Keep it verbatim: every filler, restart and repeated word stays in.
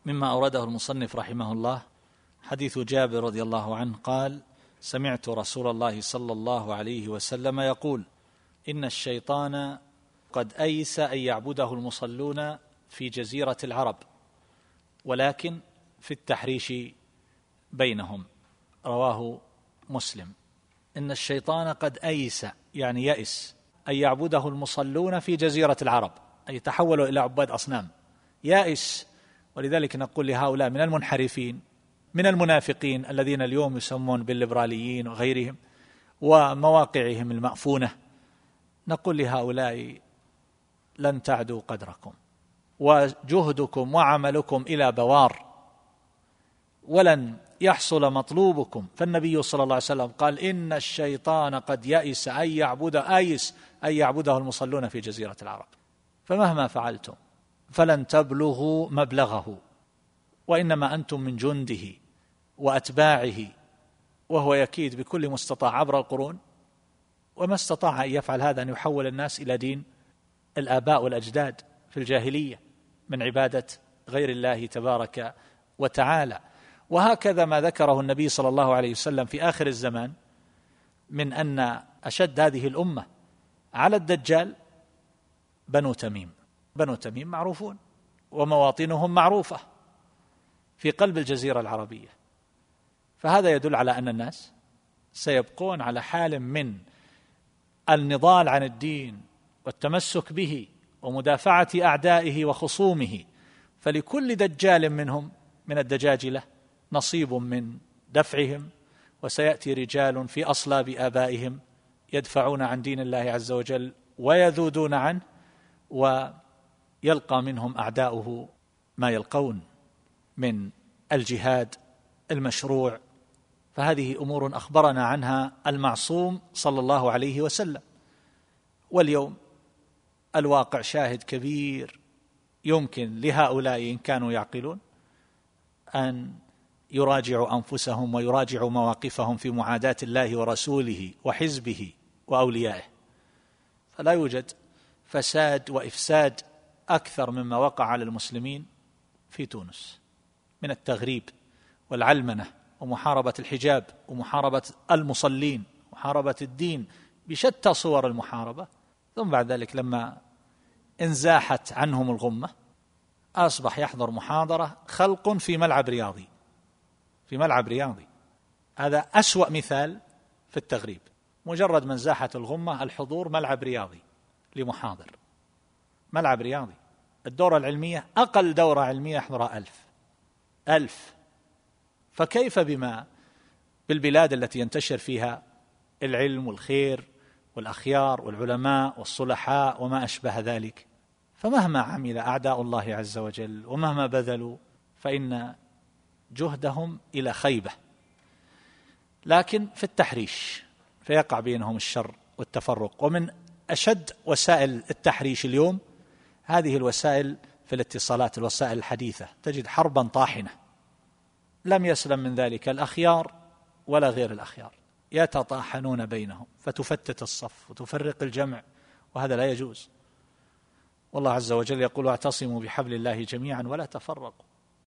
مما أورده المصنف رحمه الله حديث جابر رضي الله عنه قال: سمعت رسول الله صلى الله عليه وسلم يقول: إن الشيطان قد أيس أن يعبده المصلون في جزيرة العرب، ولكن في التحريش بينهم. رواه مسلم. إن الشيطان قد أيس يعني يئس أن يعبده المصلون في جزيرة العرب، أي يتحولوا إلى عباد أصنام. يائس، ولذلك نقول لهؤلاء من المنحرفين من المنافقين الذين اليوم يسمون بالليبراليين وغيرهم ومواقعهم المأفونة، نقول لهؤلاء: لن تعدوا قدركم، وجهدكم وعملكم إلى بوار، ولن يحصل مطلوبكم. فالنبي صلى الله عليه وسلم قال: إن الشيطان قد يئس أن يعبد آيس أن يعبده المصلون في جزيرة العرب، فمهما فعلتم فلن تبلغوا مبلغه، وإنما أنتم من جنده وأتباعه، وهو يكيد بكل مستطاع عبر القرون، وما استطاع أن يفعل هذا أن يحول الناس إلى دين الآباء والأجداد في الجاهلية من عبادة غير الله تبارك وتعالى. وهكذا ما ذكره النبي صلى الله عليه وسلم في آخر الزمان من أن أشد هذه الأمة على الدجال بنو تميم. بنو تميم معروفون ومواطنهم معروفة في قلب الجزيرة العربية، فهذا يدل على أن الناس سيبقون على حال من النضال عن الدين والتمسك به ومدافعة أعدائه وخصومه. فلكل دجال منهم من الدجاجلة نصيب من دفعهم، وسيأتي رجال في أصلاب آبائهم يدفعون عن دين الله عز وجل ويذودون عنه، ويلقى منهم أعداؤه ما يلقون من الجهاد المشروع. فهذه أمور أخبرنا عنها المعصوم صلى الله عليه وسلم. واليوم الواقع شاهد كبير، يمكن لهؤلاء إن كانوا يعقلون أن يراجعوا أنفسهم ويراجعوا مواقفهم في معاداة الله ورسوله وحزبه وأوليائه. فلا يوجد فساد وإفساد أكثر مما وقع على المسلمين في تونس من التغريب والعلمنة ومحاربة الحجاب ومحاربة المصلين ومحاربة الدين بشتى صور المحاربة. ثم بعد ذلك لما انزاحت عنهم الغمة أصبح يحضر محاضرة خلق في ملعب رياضي في ملعب رياضي هذا أسوأ مثال في التغريب. مجرد من زاحت الغمة الحضور ملعب رياضي لمحاضر، ملعب رياضي. الدورة العلمية أقل دورة علمية يحضرها ألف ألف فكيف بما بالبلاد التي ينتشر فيها العلم والخير والأخيار والعلماء والصلحاء وما أشبه ذلك. فمهما عمل أعداء الله عز وجل ومهما بذلوا فإن جهدهم إلى خيبة، لكن في التحريش فيقع بينهم الشر والتفرق. ومن أشد وسائل التحريش اليوم هذه الوسائل في الاتصالات، الوسائل الحديثة، تجد حربا طاحنة لم يسلم من ذلك الأخيار ولا غير الأخيار، يتطاحنون بينهم فتفتت الصف وتفرق الجمع، وهذا لا يجوز. والله عز وجل يقول: واعتصموا بحبل الله جميعا ولا تفرقوا.